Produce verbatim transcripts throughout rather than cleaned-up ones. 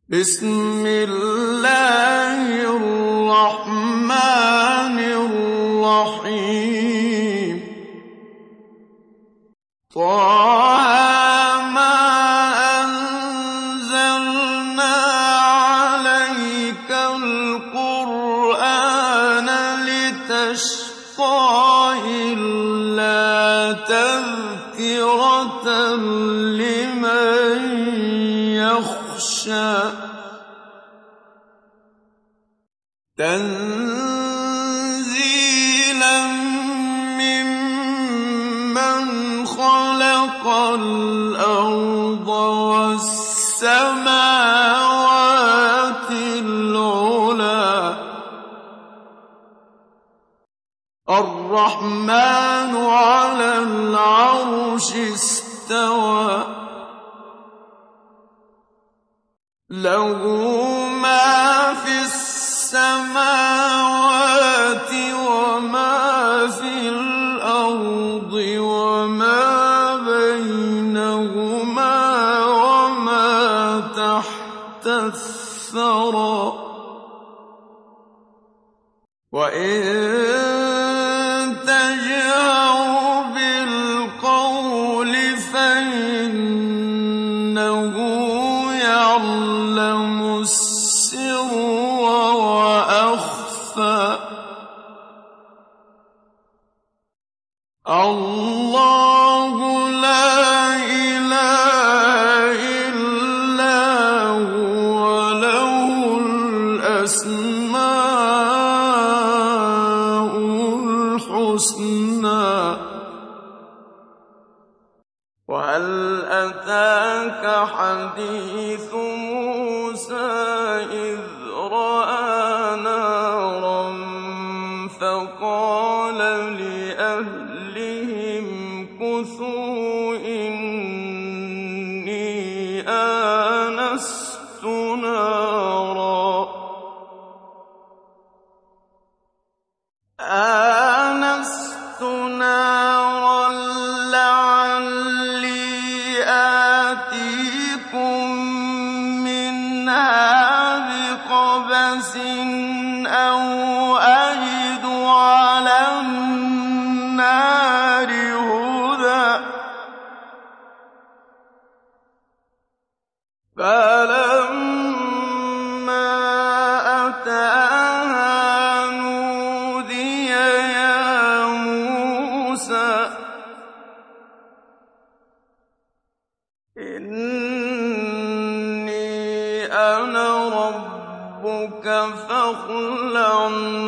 بسم الله الرحمن الرحيم طه ما أنزلنا عليك القرآن لتشقى إلا تذكرة لمن يخشى تنزيلا ممن خلق الأرض والسماوات العلى الرحمن على العرش استوى له ما في السماوات وما في الأرض وما بينهما وما تحت الثرى وإن تجهر بالقول فإنه يعلم السر وأخفى الله لا إله إلا هو له الأسماء الحسنى وهل أتاك حديث موسى إذ رأى نارا فقال لأهلهم كثوا إني آنست نارا آنست نارا لعلي آتيكم منها بقبس أو أجد على النار هدى فلما أتاها نودي يا موسى إني أنا ربك فاخلع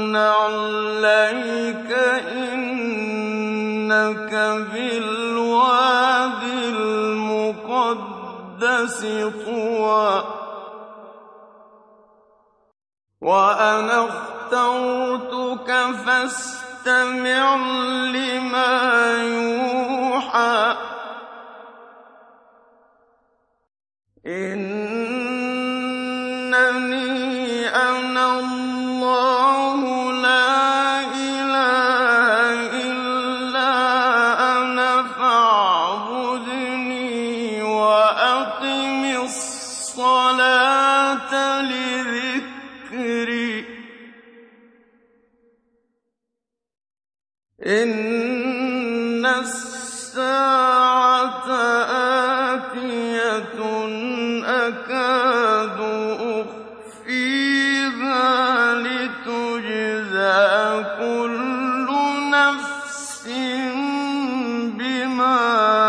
نعليك إنك بالوادي المقدس طوى وأنا اخترتك فاستمع لما يوحى إنني أنا الله لا إله إلا أنا فاعبدني وأقم الصلاة لذكري إن الساعة آتية أكاد أخفيها لتجزى كل نفس بما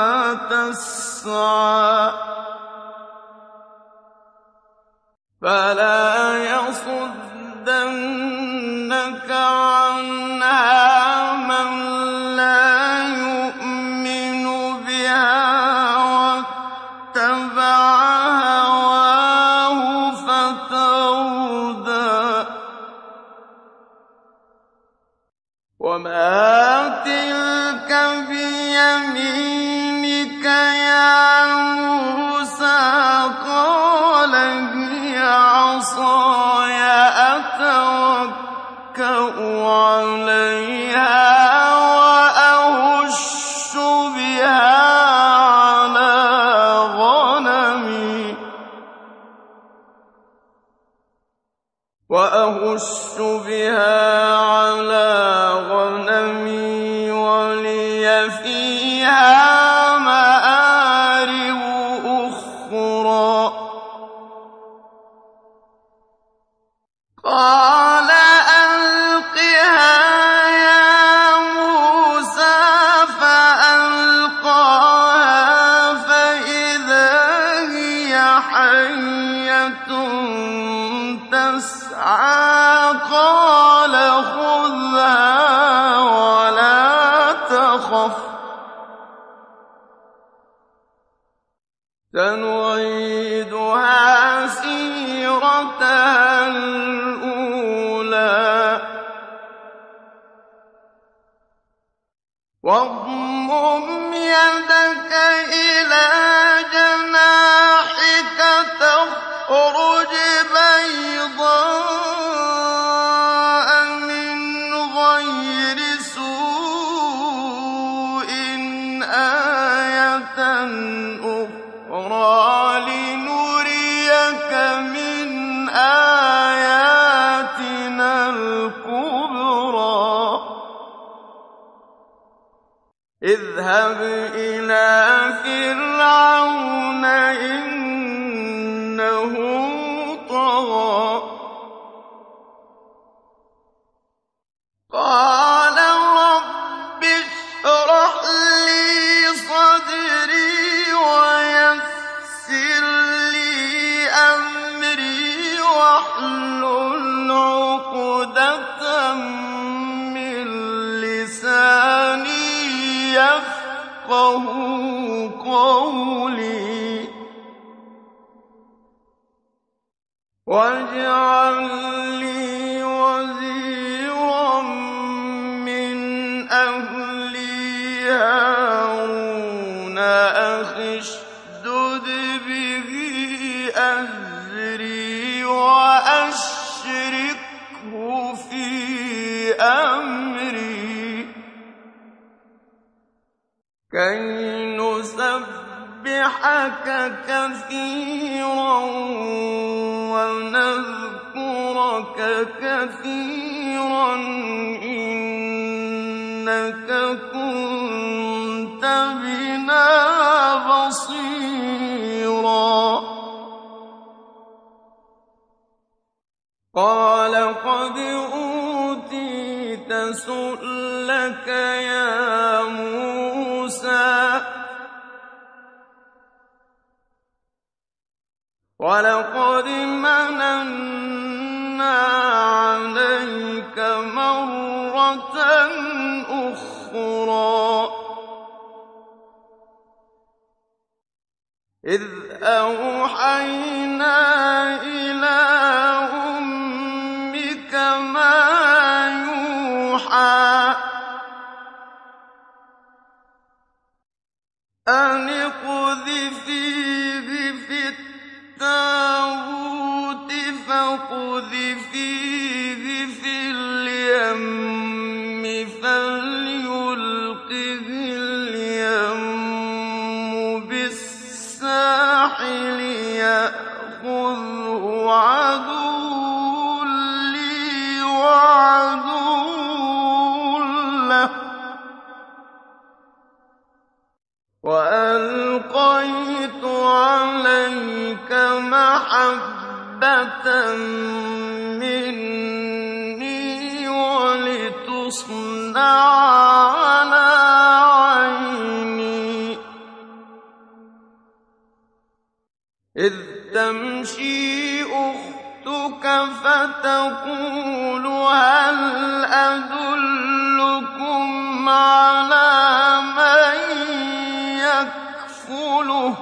تسعى فلا يصدنك عنها من لا يؤمن بها واتبع هواه فتردى وما تلك بيمينك يا موسى قال هي عصاي أتوكأ عليها وأهش بها على غنمي وأهش بها على غنمي ولي فيها مآرب أخرى قال ألقها يا موسى فألقاها فإذا هي حية تسعى قال خذها ولا تخف سنعيدها سيرتها الأولى واضمم يدك إلى جناحك تخرج بيضاء من غير سوء آية أخرى لنريك من آياتنا الكبرى اذهب إلى فرعون إنه طغى قال رب اشرح لي صدري ويسر لي أمري واحلل عقدة من لساني يفقهوا قولي واجعل لي وزيرا من أهلي هارون أخي اشدد به أزري وأشركه في أمري كي نسبحك كثيرا ونذكرك كثيرا إنك كنت بنا بصيرا قال قد أوتيت سؤلك يا موسى ولقد مننا عليك مرة أخرى إذ أوحينا إلى أمك ما يوحى أن اقذفيه في التابوت فاقذفيه في اليم فليلقه اليم بالساحل يأخذه عدو لي وعدو له وألقيت عليك محبة مني ولتصنع على عيني إذ تمشي أختك فتقول هل أدلكم على من يكفله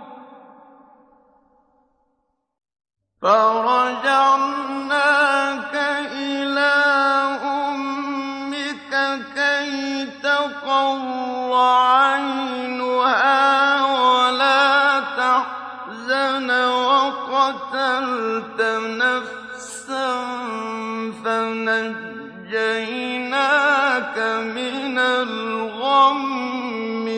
فرجعناك إلى أمك كي تقر عينها ولا تحزن وقتلت نفسا فنجيناك من الغم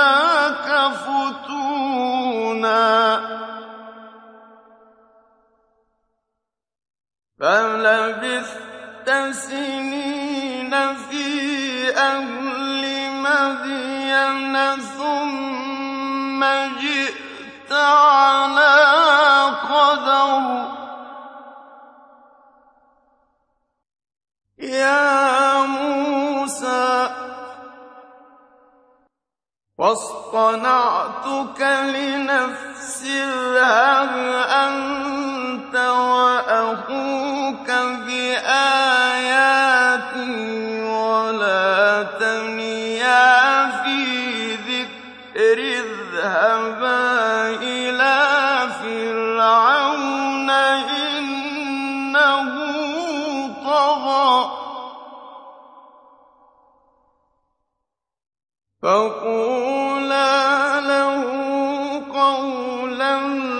وفتناك فتونا فلبثت سنين في أهل مدين ثم جئت على قدر يا موسى واصطنعتك لنفسي اذهب أنت وأخوك بآياتي ولا تنيا في ذكري اذهبا إلى فرعون إنه طغى فقولا له قولا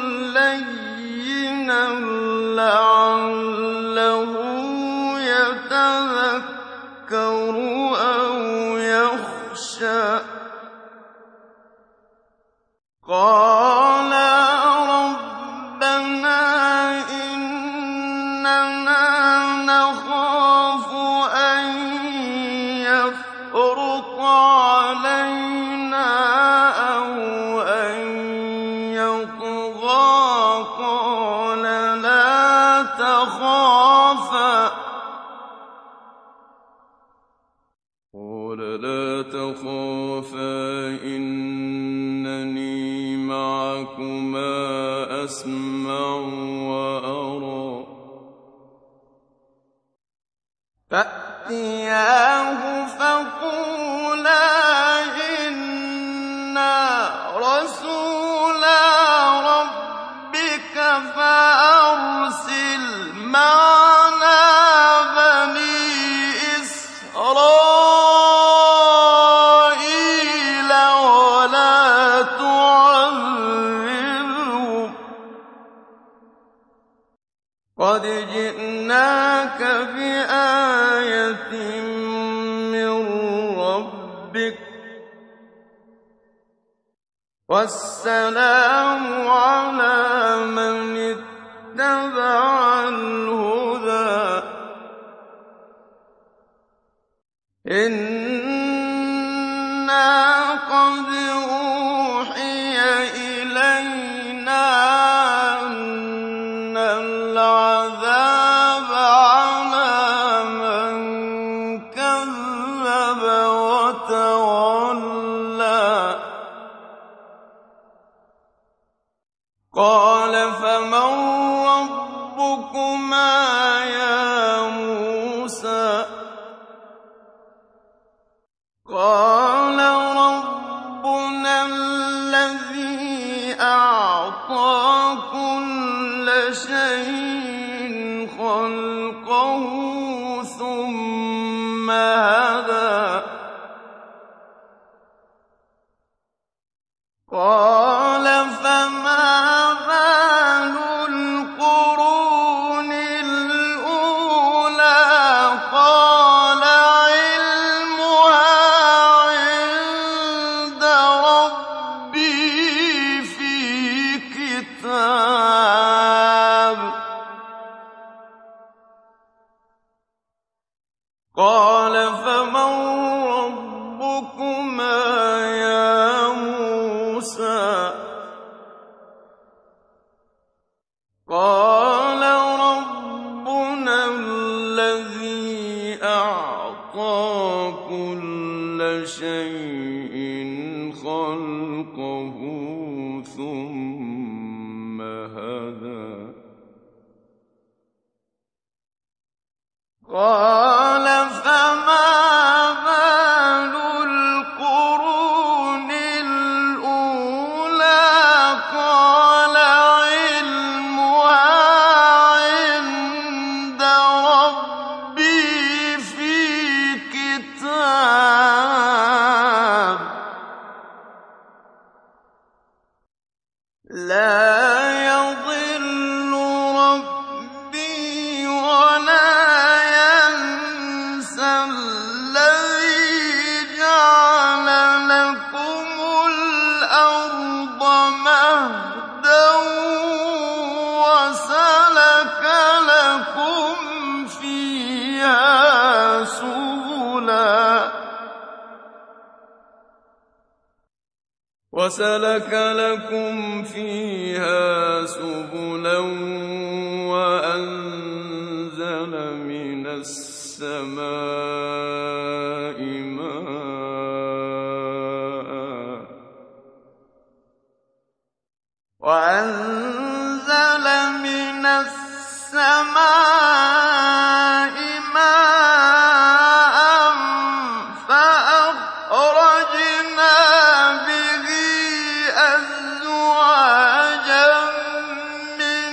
لينا لعله يتذكر أو يخشى قال ربنا إننا نخاف أن يفرط علينا أو أن يطغى قال لا تخافا قال لا تخافا إنني معكما أسمع وأرى فأتياه فقولا إنا رسولا ربك فأرسل معنا بني إسرائيل ولا تعذبهم قد جئناك بآية من ربك والسلام على من اتبع الهدى إنا قد أوحي إلينا أن العذاب على من كذب وتولى قال فمن ربكما يا موسى قال ربنا الذي أعطى كل شيء خلقه ثم هدى قال فما بال القرون الأولى قال علمها عند ربي في كتاب قال فمن ربكما يا موسى قال ربنا الذي أعطى كل شيء خلقه ثم هدى قال فما بال القرون الأولى قال علمها عند ربي في كتاب لا يضل ربي ولا ينسى وسلك لكم فيها سبلا وأنزل من السماء ماء وأنزل من السماء ماء فأخرجنا به أزواجا من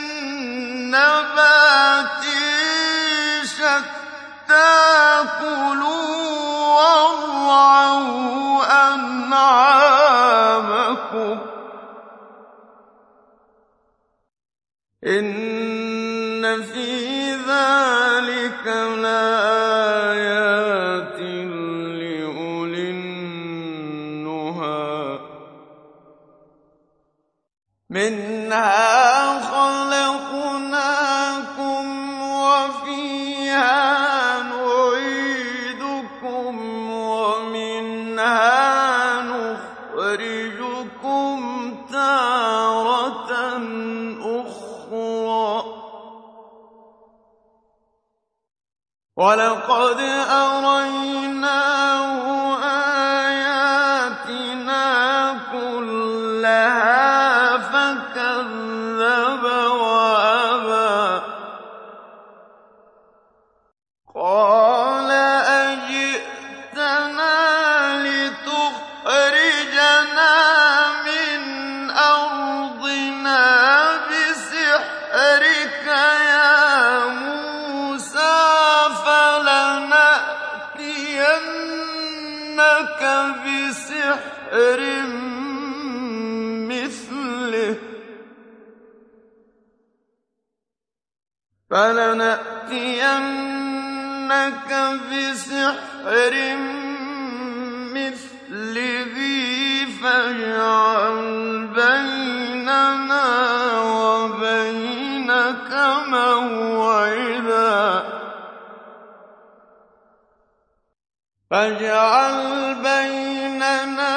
نبات شتى كلوا وارعوا أنعامكم إن في ذلك لآيات لأولي النهى منها خلقناكم وفيها نعيدكم ومنها نخرجكم تارة أخرى ولقد أريناه آياتنا كلها فكذب وأبى قال أجئتنا لتخرجنا من أرضنا بسحرك يا موسى فلنأتينك بسحر مثله فلنأتينك بسحر مثله فاجعل بيننا وبينك موعدا فاجعل بيننا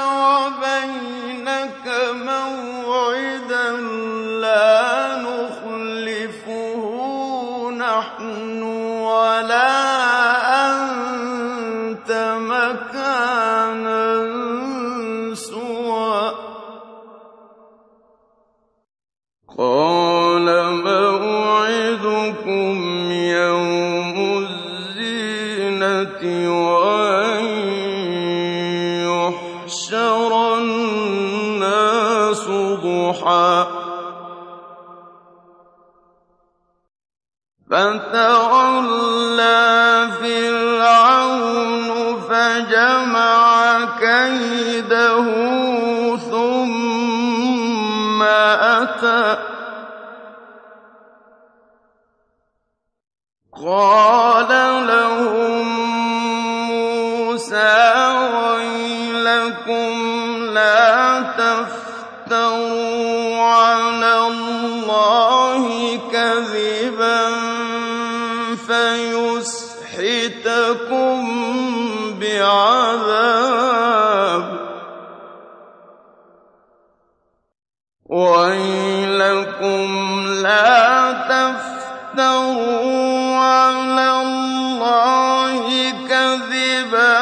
وبينك موعدا لا نخلفه نحن ولا أنت مكانا سوى قال موعدكم يوم الزينة وأن يحشر الناس ضحى فتولى فرعون فجمع كيده ثم أتى قال لهم موسى ويلكم لا تفتروا على الله كذبا فيسحتكم بعذاب ويلكم لا تفتروا على الله كذبا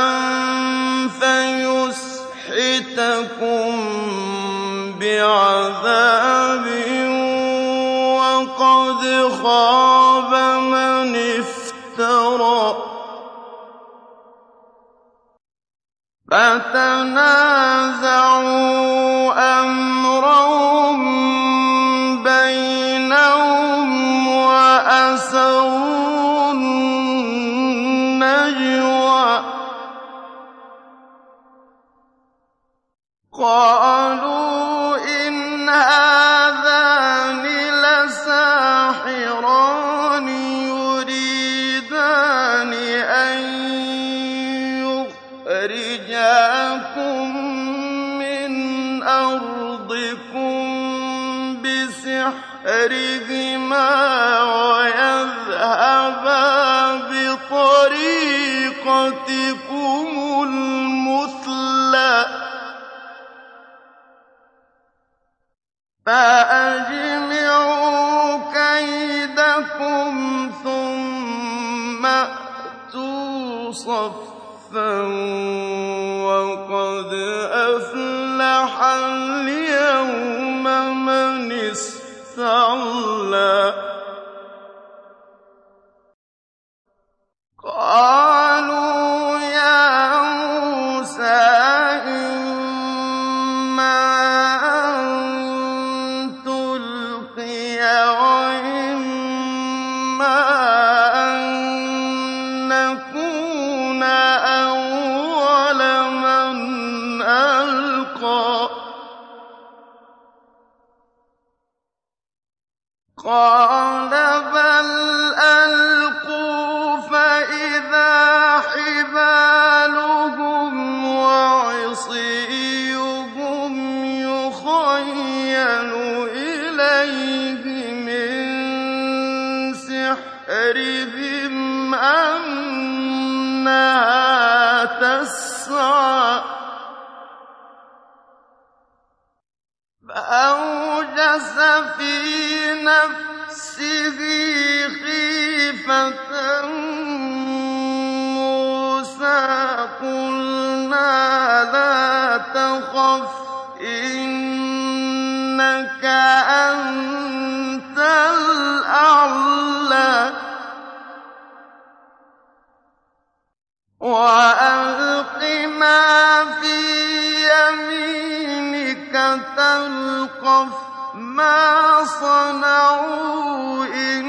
فيسحتكم بعذاب وقد خاب من افترى فتنازعوا أمرهم بينهم وأسروا النجوى قالوا إن هذان لساحران يريدان أن يخرجاكم من أرضكم بسحرهما ويذهبا بطريقتكم المثلى فَأَجْمِعُوا كَيْدَكُمْ ثُمَّ ائْتُوا صَفًّا وَقَدْ أَفْلَحَ الْيَوْمَ مَنِ اسْتَعْلَىٰ قَالُوا يَا مُوسَىٰ إِمَّا أَن تُلْقِيَ وَإِمَّا أَن نَّكُونَ أَوَّلَ مَنْ أَلْقَىٰ قَالَ بَلْ أَلْقُوا فَإِذَا حِبَالُهُمْ وَعِصِيُّهُمْ يُخَيَّلُ إِلَيْهِ مِن سِحْرِهِمْ أَنَّهَا تَسْعَىٰ فَأَوْجَسَ فِي نَفْسِهِ خِيفَةً مُّوسَىٰ قُلْنَا لَا تَخَفْ إِنَّكَ أَنتَ الْأَعْلَىٰ وَأَلْقِ مَا فِي يَمِينِكَ تَلْقَفْ مَا صَنَعُوا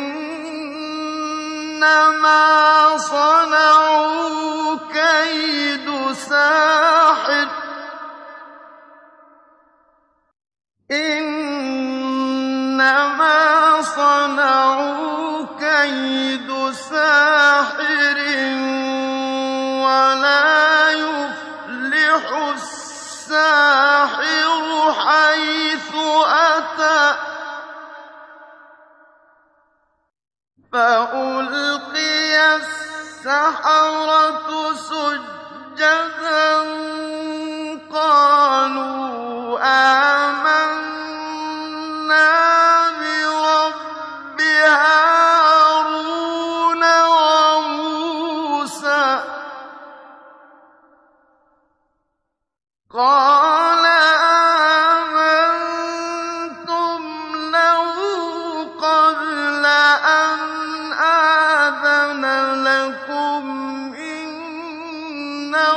إِنَّمَا صَنَعُوا كَيْدُ سَاحِرٍ إِنَّمَا صَنَعُوا كَيْدُ سَاحِرٍ وَلَا يُفْلِحُ السَّاحِرُ حَيْثُ أَتَىٰ فَأُلْقِيَ السَّحَرَةُ سُجَّدًا قَالُوا آمَنَّا بِرَبِّ هَارُونَ وَمُوسَىٰ قَالَ آمَنتُمْ لَهُ قَبْلَ أَنْ آذَنَ لَكُمْ إِنَّهُ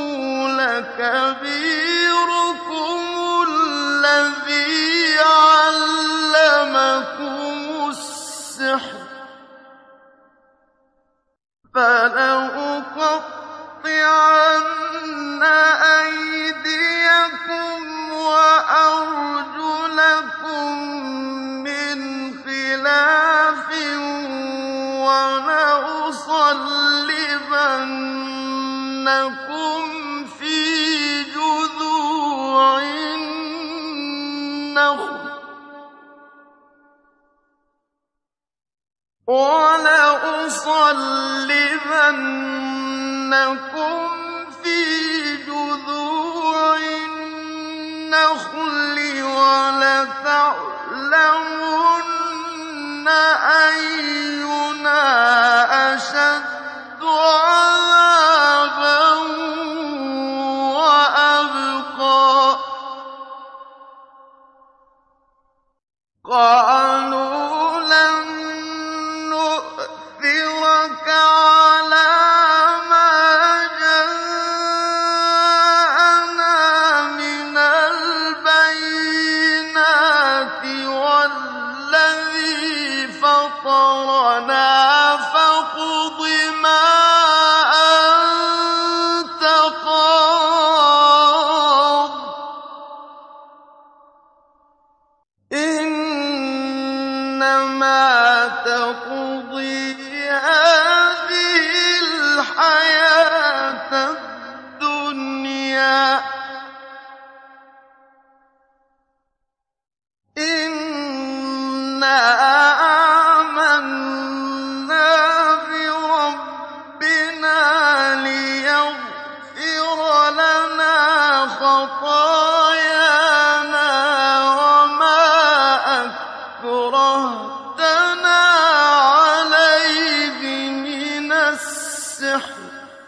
لَكَبِيرُكُمُ الَّذِي عَلَّمَكُمُ السِّحْرَ فَلَأُقَطِّعَنَّ أَيْدِيَكُمْ وَأَرْجُلَكُم مِّنْ خِلَافٍ وَلَأُصَلِّبَنَّكُمْ فِي جُذُوعِ النَّخْلِ وَلَأُصَلِّبَنَّكُمْ فِي جُذُوعِ النَّخْلِ وَلَتَعْلَمُنَّ أَيُّنَا أَشَدُّ عَذَابًا وَأَبْقَىٰ قَالُوا لَن نُّؤْثِرَكَ عَلَىٰ مَا جَاءَنَا مِنَ الْبَيِّنَاتِ وَالَّذِي فَطَرَنَا فَاقْضِ مَا أَنتَ قَاضٍ إِنَّمَا تَقْضِي هَٰذِهِ الْحَيَاةَ الدُّنْيَا إِنَّا آمَنَّا بِرَبِّنَا لِيَغْفِرَ لَنَا خَطَايَانَا وَمَا أكرهتنا عليه من السحر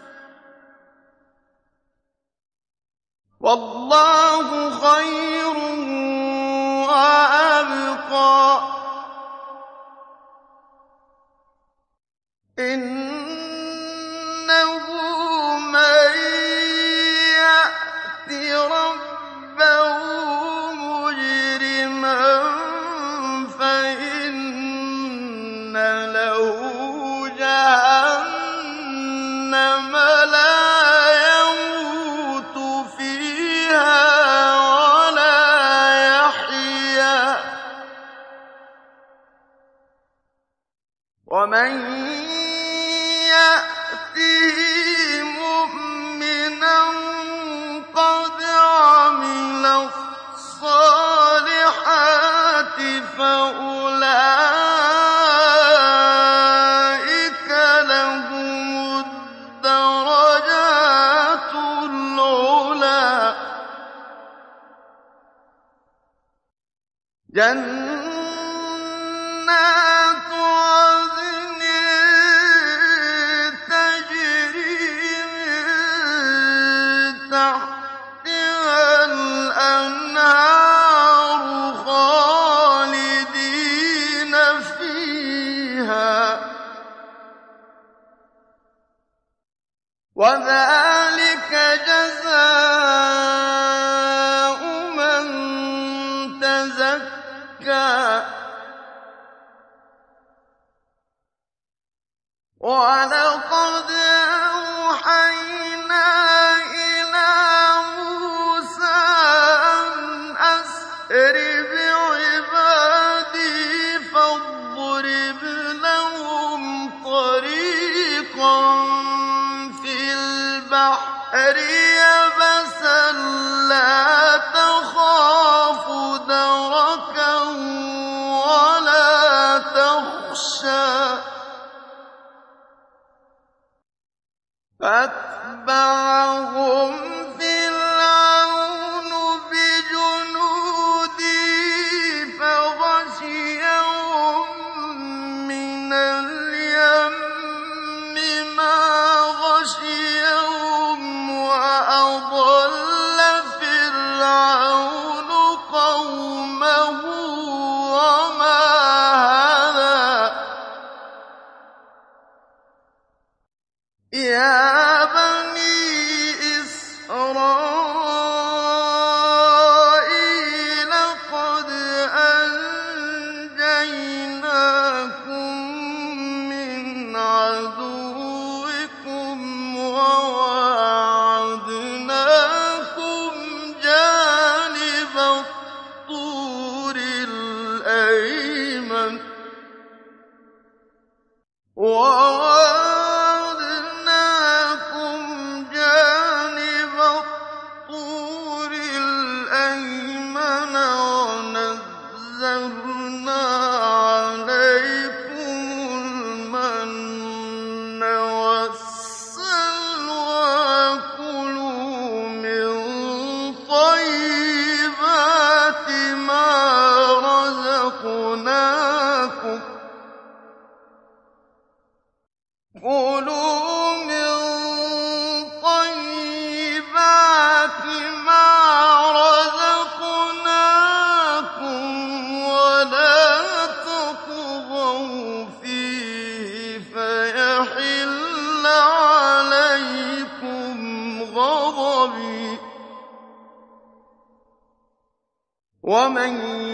والله خير وأبقى إنه من يأت ربه مجرما فإن له جهنم لا يموت فيها ولا يحيا ومن يأته مؤمنا قد عمل الصالحات فأولئك لهم الدرجات العلى جنات عدن تجري من تحتها الأنهار خالدين فيها وذلك جزاء من تزكى ولقد أوحينا إلى موسى أن أسر بعبادي فاضرب لهم طريقا في البحر يبسا لا تخاف دركا ولا تخشى فأتبعهم فرعون بجنوده فغشيهم من اليم ما غشيهم وأضل فرعون قومه وما هدى يا بني إسرائيل قد أنجيناكم من عدوكم وواعدناكم جانب الطور الأيمن ونزلنا عليكم المن والسلوى كلوا من طيبات ما رزقناكم كلوا من طيبات ما رزقناكم ولا تطغوا فيه فيحل عليكم غضبي ومن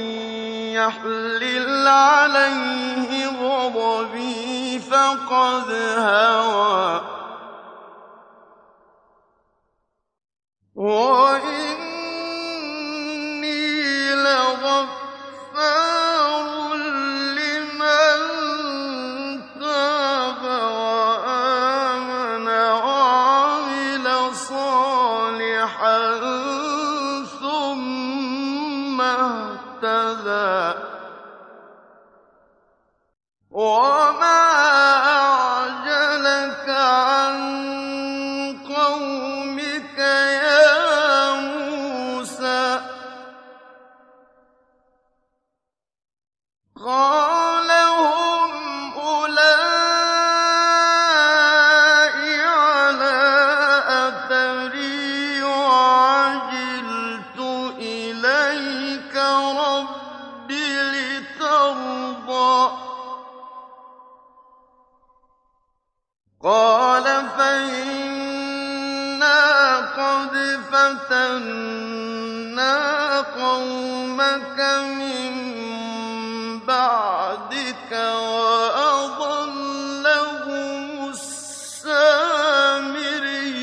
يحلل عليه غضبي فقد هوى وإني لغفار لمن تاب وآمن وعمل صالحا ثم اهتدى وما أعجلك عن قومك يا موسى قَالَ هُمْ أُولَاءِ عَلَىٰ أَثَرِي وَعَجِلْتُ إِلَيْكَ رَبِّ لِتَرْضَىٰ قَالَ فَإِنَّا قَدْ فَتَنَّا قَوْمَكَ مِن بَعْدِكَ وَأَضَلَّهُمُ السَّامِرِيُّ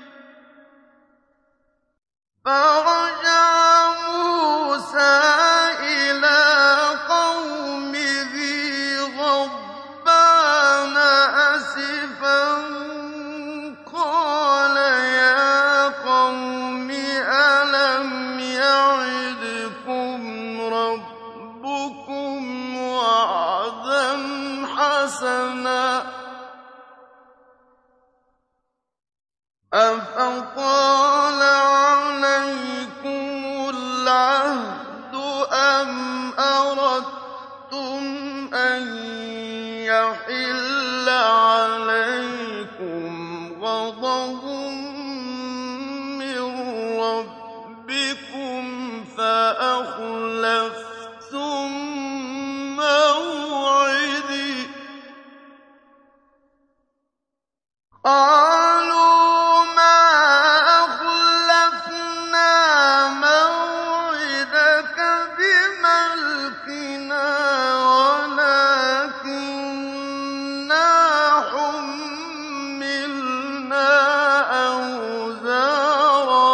فَرَجَعَ مُوسَىٰ إِلَىٰ قَوْمِهِ غَضْبَانَ أَسِفًا قَالَ يَا قَوْمِ أَلَمْ يَعِدْكُمْ رَبُّكُمْ وَعْدًا حَسَنًا أَفَطَالَ عَلَيْكُمُ الْعَهْدُ أَمْ أَرَدتُّمْ أَن يَحِلَّ عَلَيْكُمْ غَضَبٌ مِّن رَّبِّكُمْ فَأَخْلَفْتُم مَّوْعِدِي قَالُوا مَا أَخْلَفْنَا مَوْعِدَكَ بِمَلْكِنَا وَلَٰكِنَّا حُمِّلْنَا أَوْزَارًا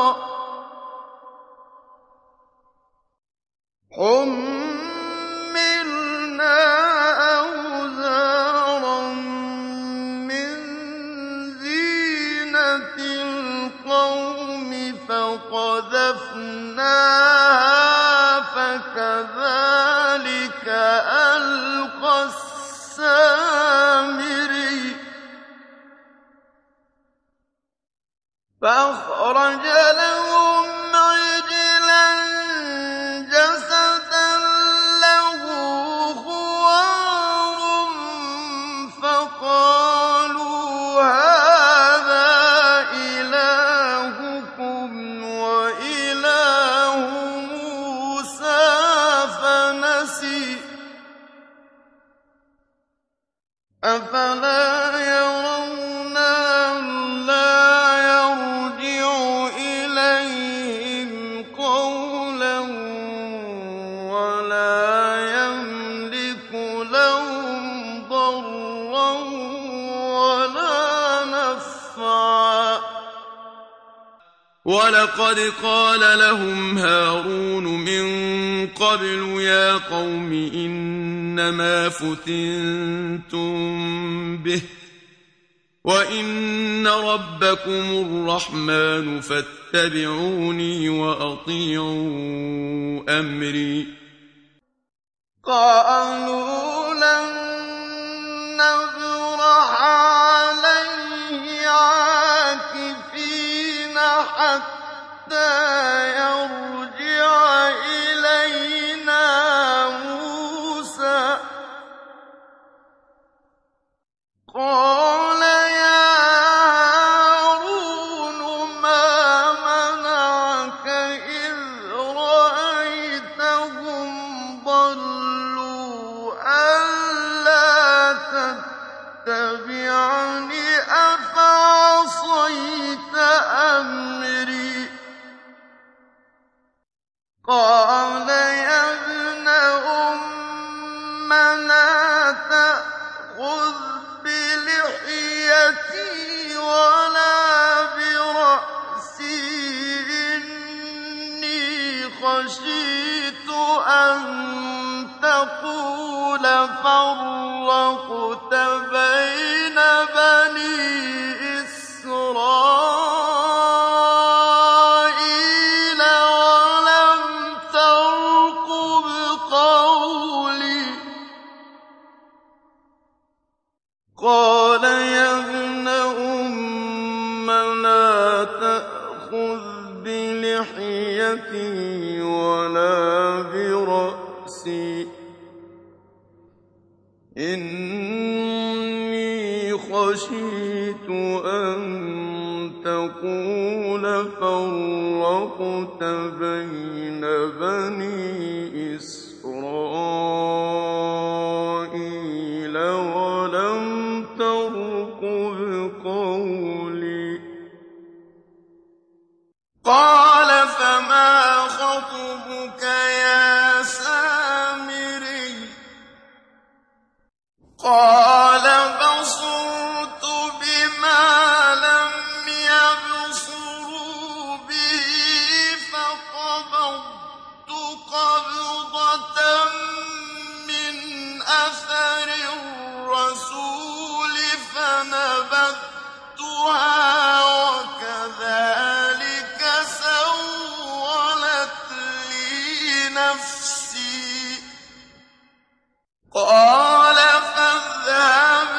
حُمِّلْنَا أَوْزَارًا مِّن زِينَةِ الْقَوْمِ فَقَذَفْنَاهَا فَكَذَٰلِكَ أَلْقَى السَّامِرِيُّ فَأَخْرَجَ لَهُمْ عِجْلًا جَسَدًا لَّهُ خُوَارٌ فَقَالُوا هَٰذَا إِلَٰهُكُمْ وَإِلَٰهُ مُوسَىٰ فَنَسِيَ أَفَلَا يَرَوْنَ أَلَّا يَرْجِعُ إِلَيْهِمْ قَوْلًا وَلَا يَمْلِكُ لَهُمْ ضَرًّا وَلَا نَفْعًا وَلَقَدْ قَالَ لَهُمْ هَارُونُ مِن قَبْلُ يَا قَوْمِ إِنَّمَا فُتِنتُم بِهِ وَإِنَّ رَبَّكُمُ الرَّحْمَٰنُ فَاتَّبِعُونِي وَأَطِيعُوا أَمْرِي قَالُوا لَن نَّبْرَحَ عَلَيْهِ عَاكِفِينَ حَتَّىٰ يَرْجِعَ إِلَيْنَا مُوسَىٰ قَالَ يَا هَارُونُ مَا مَنَعَكَ إِذْ رَأَيْتَهُمْ ضَلُّوا أَلَّا تَتَّبِعَنِ أَفَعَصَيْتَ أَمْرِي قَالَ يَا ابْنَ أُمَّ لَا تَأْخُذْ بِلِحْيَتِي وَلَا بِرَأْسِي إِنِّي خَشِيتُ أَن تَقُولَ فَرَّقْتَ بَيْنَ بَنِي إِسْرَائِيلَ وَلَمْ تَرْقُبْ قَوْلِي قَالَ يَا ابْنَ أُمَّ لَا تَأْخُذْ بِلِحْيَتِي وَلَا بِرَأْسِي إِنِّي خَشِيتُ أَن تَقُولَ فَرَّقْتَ بَيْنَ بَنِي إِسْرَائِيلَ وَلَمْ تَرْقُبْ قَوْلِي. قَالَ فَمَا خَطْبُكَ يَا سَامِرِيُّ. قَالَ بَصُرْتُ بِمَا لَمْ يَبْصُرُوا بِهِ فَقَبَضْتُ قَبْضَةً مِّنْ أَثَرِ الرَّسُولِ فَنَبَذْتُهَا وَكَذَٰلِكَ سَوَّلَتْ لِي نَفْسِي. قَالَ فَاذْهَبْ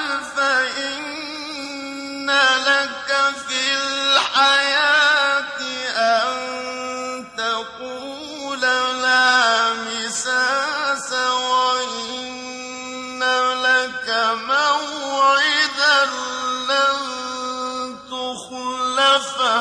فَإِنَّ لَكَ فِي الْحَيَاةِ أَن تَقُولَ لَا مِسَاسَ وَإِنَّ لَكَ مَوْعِدًا لَّن تُخْلَفَهُ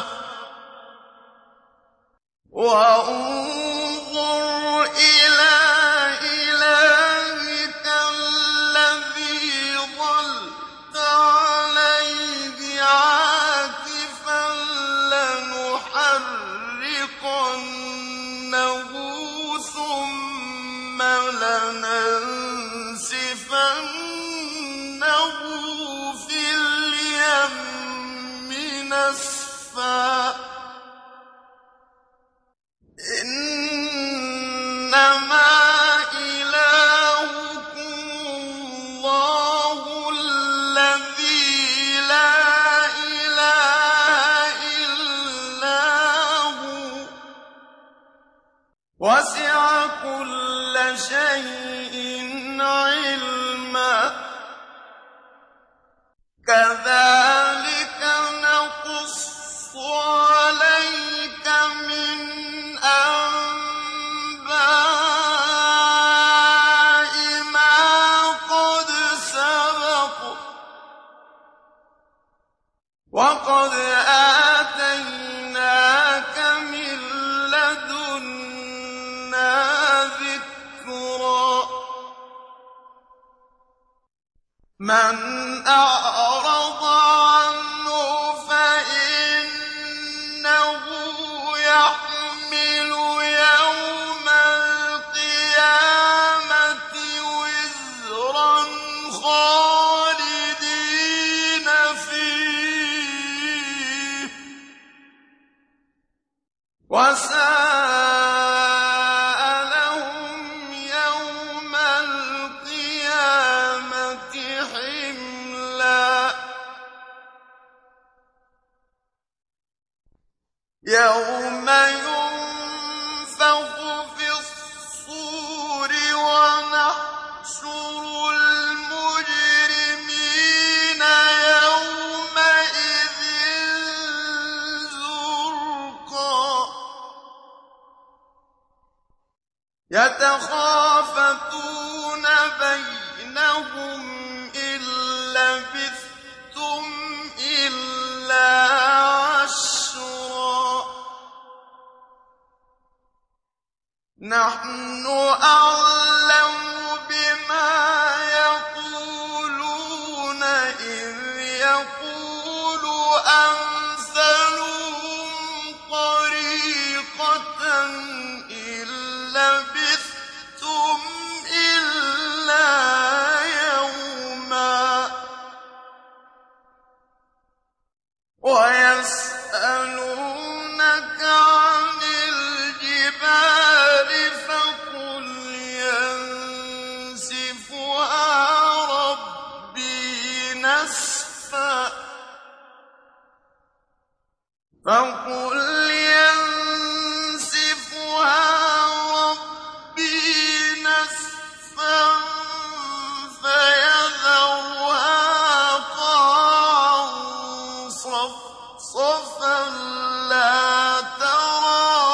وَانظُرْ إِلَىٰ إِلَٰهِكَ الَّذِي ظَلْتَ عَلَيْهِ عَاكِفًا لَّنُحَرِّقَنَّهُ ثُمَّ لَنَنسِفَنَّهُ فِي الْيَمِّ نَسْفًا. إِنَّمَا إِلَٰهُكُمُ اللَّهُ الَّذِي لَا إِلَٰهَ إِلَّا هُوَ ۚ وَسِعَ كُلَّ شَيْءٍ عِلْمًا. كَذَٰلِكَ نَقُصُّ عَلَيْكَ مِنْ أَنبَاءِ مَا قَدْ سَبَقَ ۚ وَقَدْ آتَيْنَاكَ مِن لَّدُنَّا ذِكْرًا. مَّنْ أَعْرَضَ عَنْهُ فَإِنَّهُ يَحْمِلُ يَوْمَ الْقِيَامَةِ وِزْرًا خَالِدِينَ فِيهِ ۖ وَسَاءَ لَهُمْ يَوْمَ الْقِيَامَةِ حِمْلًا. يَوْمَ يُنفَخُ فِي الصُّورِ وَنَحْشُرُ الْمُجْرِمِينَ يَوْمَئِذٍ زُرْقًا. يَتَخَافَتُونَ بَيْنَهُمْ إِن لَّبِثْتُمْ إِلَّا عَشْرًا. نَّحْنُ أَعْلَمُ بِمَا يَقُولُونَ إِذْ يَقُولُ أَمْثَلُهُمْ طَرِيقَةً إِن لَّبِثْتُمْ إِلَّا يَوْمًا. وَيَسْأَلُونَكَ عَنِ الْجِبَالِ فَقُلْ يَنسِفُهَا رَبِّي نَسْفًا. فَقُلْ يَنسِفُهَا رَبِّي نَسْفًا فَيَذَرُهَا قَاعًا صَفْصَفًا لَّا تَرَىٰ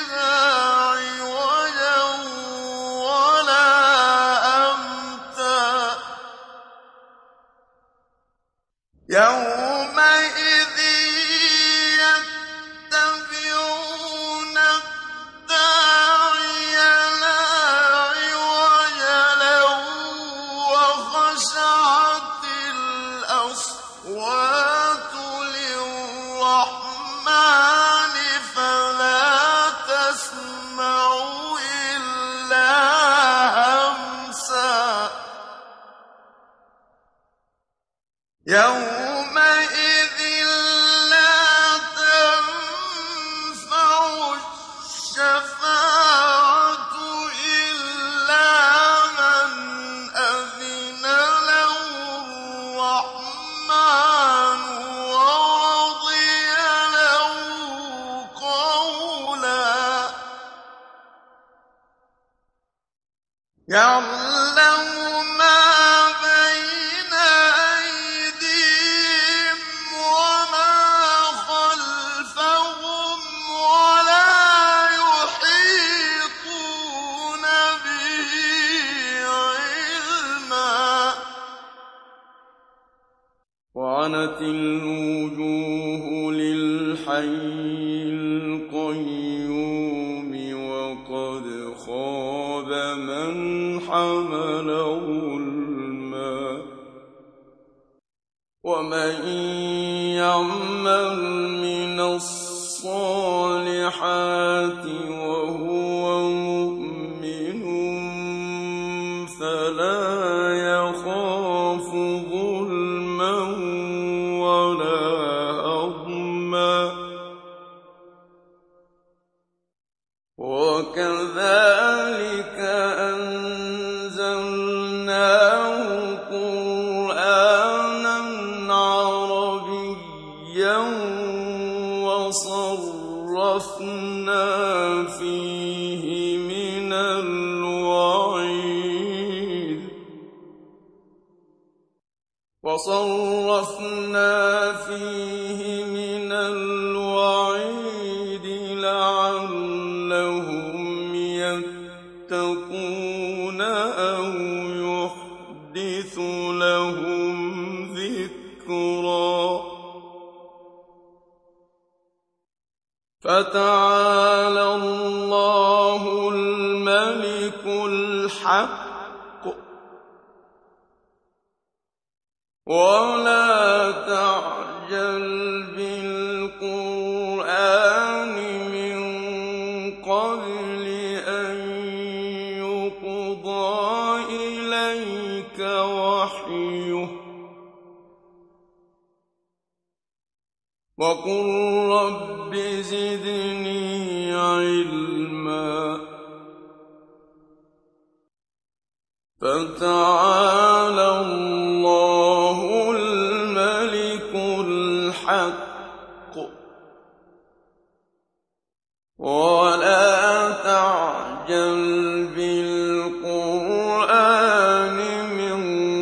فِيهَا عِوَجًا وَلَا أَمْتًا. يومئذ يتبعون الداعي لا عوج له وخشعت الأصوات للرحمن فلا تسمع إلا همسا يومئذ لا تنفع الشفاعة إلا من أذن له الرحمن ورضي له قولا يعلم ما بين أيديهم وما خلفهم ولا يحيطون به علما وعنت الوجوه للحي القيوم وقد خاب من حمل ظلما ومن يعمل من الصالحات وهو مؤمن فلا يخاف ظلما ولا هضما وكذلك أنزلناه قرآنا عربيا وصرفنا فيه من الوعيد وصرفنا فيه من الوعيد لعلهم يتقون أو يحدث لهم ذكرا فتعالى الله الملك الحق ولا تعجل بالقرآن من قبل أن يقضى إليك وحيه وقل رب زدني علما فتعالى الله الملك الحق ولا تعجل بالقرآن من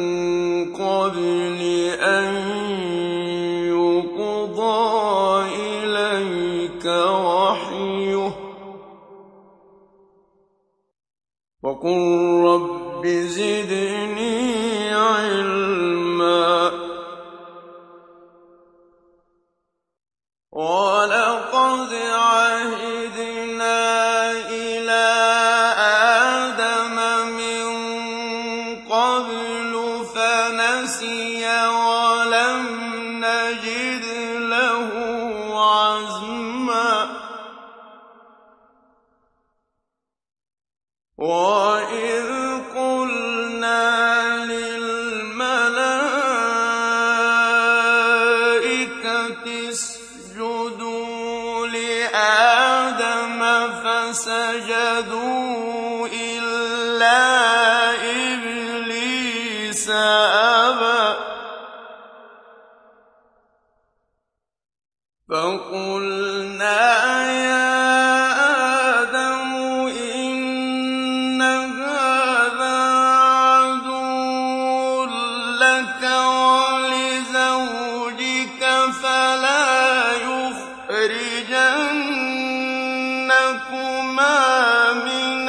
قبل أن يقضى إليك وحيه وقل رب زدني علما ولقد عهدنا إلى آدم من قبل فنسي ولم نجد له عزما وإذ قلنا للملائكة اسجدوا لآدم فسجدوا إلا إبليس أبى فقلنا يا آدم إن هذا عدو لك ولزوجك فلا يخرجنكما من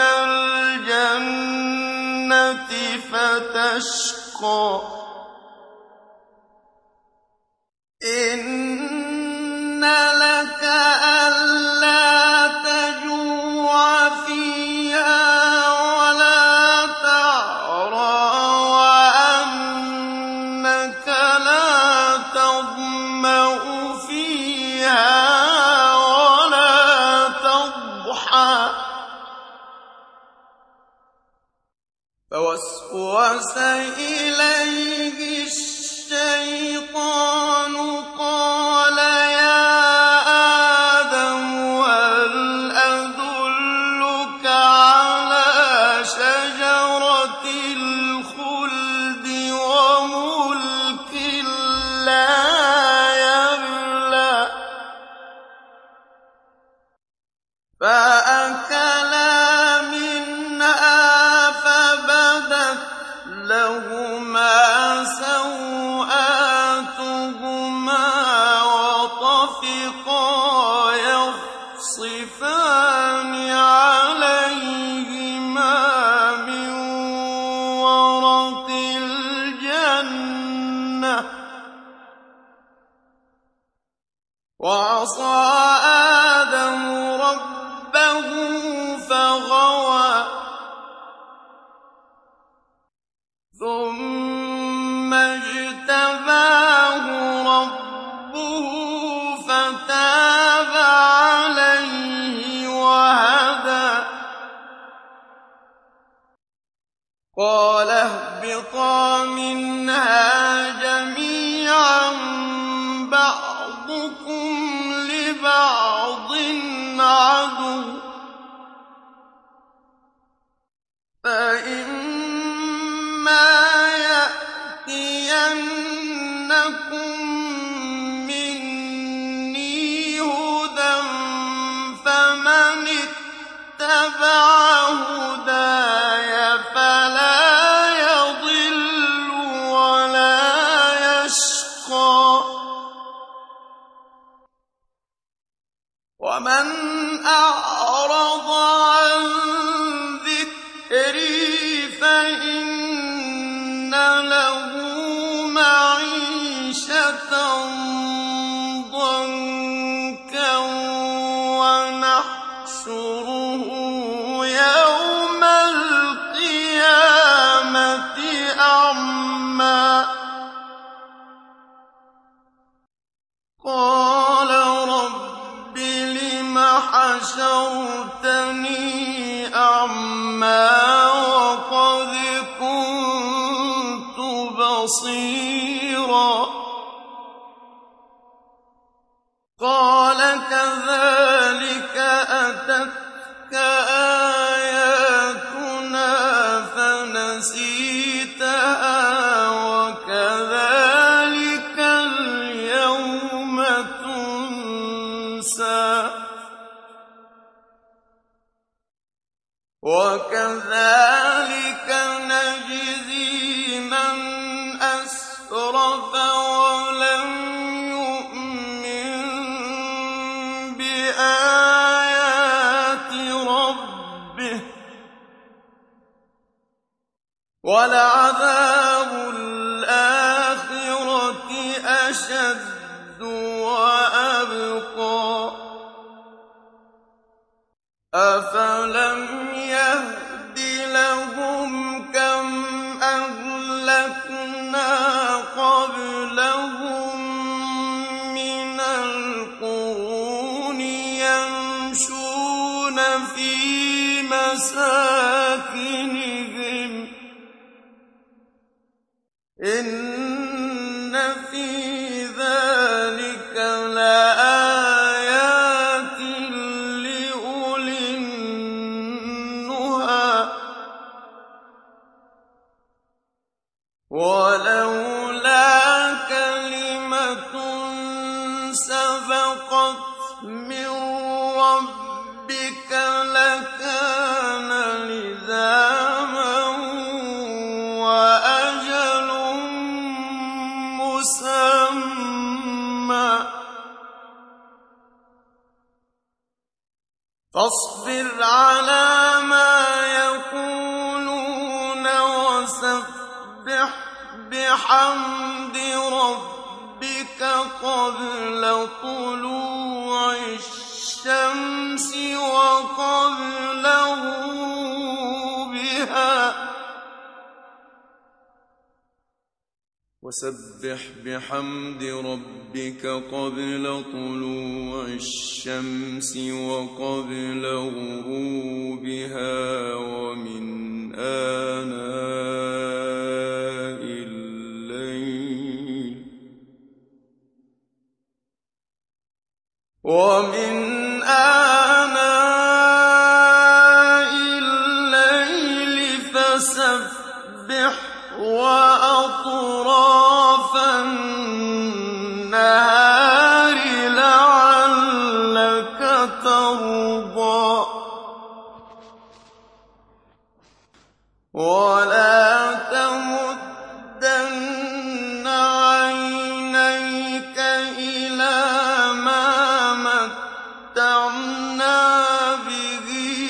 الجنة فتشقى إِنَّ لَكَ أَلَّا تَجُوعَ فِيهَا وَلَا تَعْرَىٰ وَأَنَّكَ لَا تَظْمَأُ فِيهَا وَلَا تَضْحَىٰ فَوَسْوَسَ إِلَيْهِ الشَّيْطَانُ قَالَ يَا آدَمُ هَلْ أَدُلُّكَ عَلَىٰ شَجَرَةِ الْخُلْدِ وَمُلْكٍ لَّا يَبْلَىٰ فَأَكَلَا مِنْهَا فَبَدَتْ لَهُمَا سَوْآتُهُمَا وَطَفِقَا يَخْصِفَانِ عَلَيْهِمَا مِن وَرَقِ الْجَنَّةِ ۖ وَعَصَىٰ آدَمُ رَبَّهُ فَغَوَىٰ ثُمَّ اجْتَبَاهُ رَبُّهُ فَتَابَ عَلَيْهِ وَهَدَىٰ قَالَ اهْبِطَا مِنْهَا جَمِيعًا بَعْضُكُمْ لِبَعْضٍ عَدُوٌّ ۖ فَإِمَّا يَأْتِيَنَّكُم مِّنِّي هُدًى فَمَنِ اتَّبَعَ هُدَايَ فَلَا يَضِلُّ وَلَا يَشْقَىٰ ۖ وَمَنْ أَعْرَضَ عَن ذِكْرِي فَإِنَّ لَهُ مَعِيشَةً ضَنكًا وَنَحْشُرُهُ يَوْمَ الْقِيَامَةِ أَعْمَىٰ قَالَ رَبِّ لِمَ حَشَرْتَنِي أَعْمَىٰ وَقَدْ كُنتُ بَصِيرًا قَالَ كَذَٰلِكَ أَتَتْكَ آيَاتُنَا فَنَسِيتَهَا وَكَذَٰلِكَ الْيَوْمَ تُنسَىٰ وَكَذَٰلِكَ نَجْزِي مَنْ أَسْرَفَ وَلَمْ يُؤْمِن بِآيَاتِ رَبِّهِ ۚ وَلَعَذَابُ الْآخِرَةِ أَشَدُّ وَأَبْقَىٰ أَفَلَمْ يَهْدِ لَهُمْ كَمْ أَهْلَكْنَا قَبْلَهُم مِّنَ الْقُرُونِ يَمْشُونَ فِي مَسَاكِنِهِمْ ۗ إِنَّ فِي ذَٰلِكَ لَآيَاتٍ لِّأُولِي النُّهَىٰ وَلَوْلَا كَلِمَةٌ سَبَقَتْ مِن رَّبِّكَ لَكَانَ لِزَامًا وَأَجَلٌ مُّسَمًّى فاصبر على ما يقولون وسبح بحمد ربك رَبِّكَ قَبْلَ طُلُوعِ الشَّمْسِ وَقَبْلَ غُرُوبِهَا ۖ وَسَبِّحْ بِحَمْدِ رَبِّكَ قَبْلَ طُلُوعِ الشَّمْسِ وَقَبْلَ غُرُوبِهَا وَمِنْ آنَاءِ اللَّيْلِ وَمِنْ آنَاءِ اللَّيْلِ فَسَبِّحْ وَأَطْرَافَ النَّهَارِ لَعَلَّكَ تَرْضَىٰ وَلَا تَمُدَّنَّ عَيْنَيْكَ إِلَىٰ مَا مَتَّعْنَا بِهِ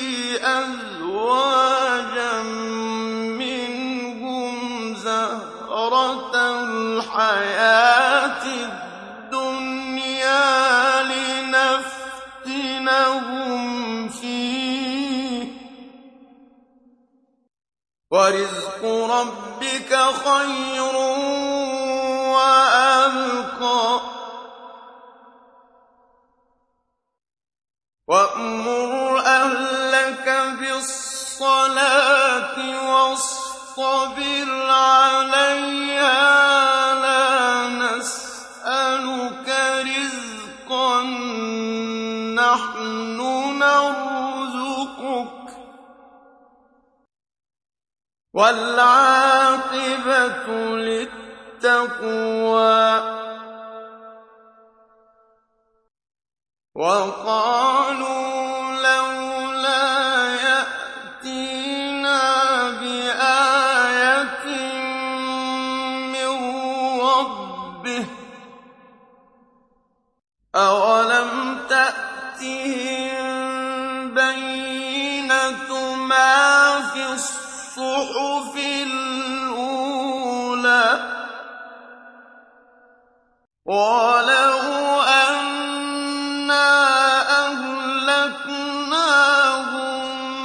أَزْوَاجًا مِّنْهُمْ زَهْرَةَ الْحَيَاةِ الدُّنْيَا لِنَفْتِنَهُمْ فِيهِ ۚ وَرِزْقُ رَبِّكَ خَيْرٌ وَأَبْقَىٰ وَأْمُرْ أَهْلَكَ بِالصَّلَاةِ وَاصْطَبِرْ عَلَيْهَا لَا نَسْأَلُكَ رِزْقًا نَّحْنُ نَرْزُقُكَ ۗ وَالْعَاقِبَةُ لِلتَّقْوَىٰ وَقَالُوا لَوْلَا يَأْتِينَا بِآيَةٍ مِّن رَّبِّهِ ۚ أَوَلَمْ تَأْتِهِم بَيِّنَةُ مَا فِي الصُّحُفِ الْأُولَىٰ ۚ وَلَوْ أَنَّا أَهْلَكْنَاهُم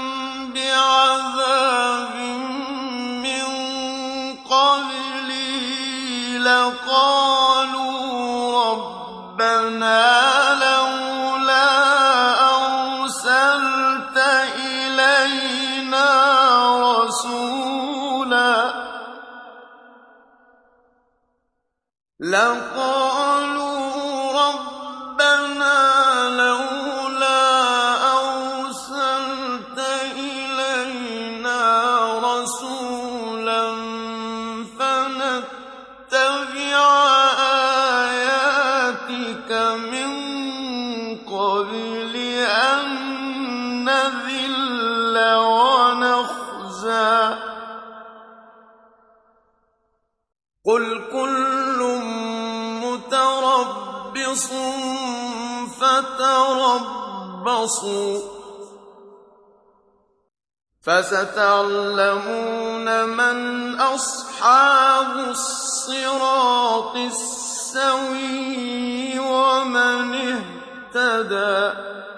بِعَذَابٍ مِّن قَبْلِهِ لَقَالُوا رَبَّنَا لَوْلَا أَرْسَلْتَ إِلَيْنَا رَسُولًا لَقَالُوا رَبَّنَا لَوْلَا أَرْسَلْتَ إِلَيْنَا رَسُولًا فَنَتَّبِعَ آيَاتِكَ مِن قَبْلِ أَن نَّذِلَّ وَنَخْزَىٰ ۖ قُلْ كُلٌّ مُّتَرَبِّصٌ فَتَرَبَّصُوا ۖ فَسَتَعْلَمُونَ مَنْ أَصْحَابُ الصِّرَاطِ السَّوِيِّ وَمَنِ اهْتَدَىٰ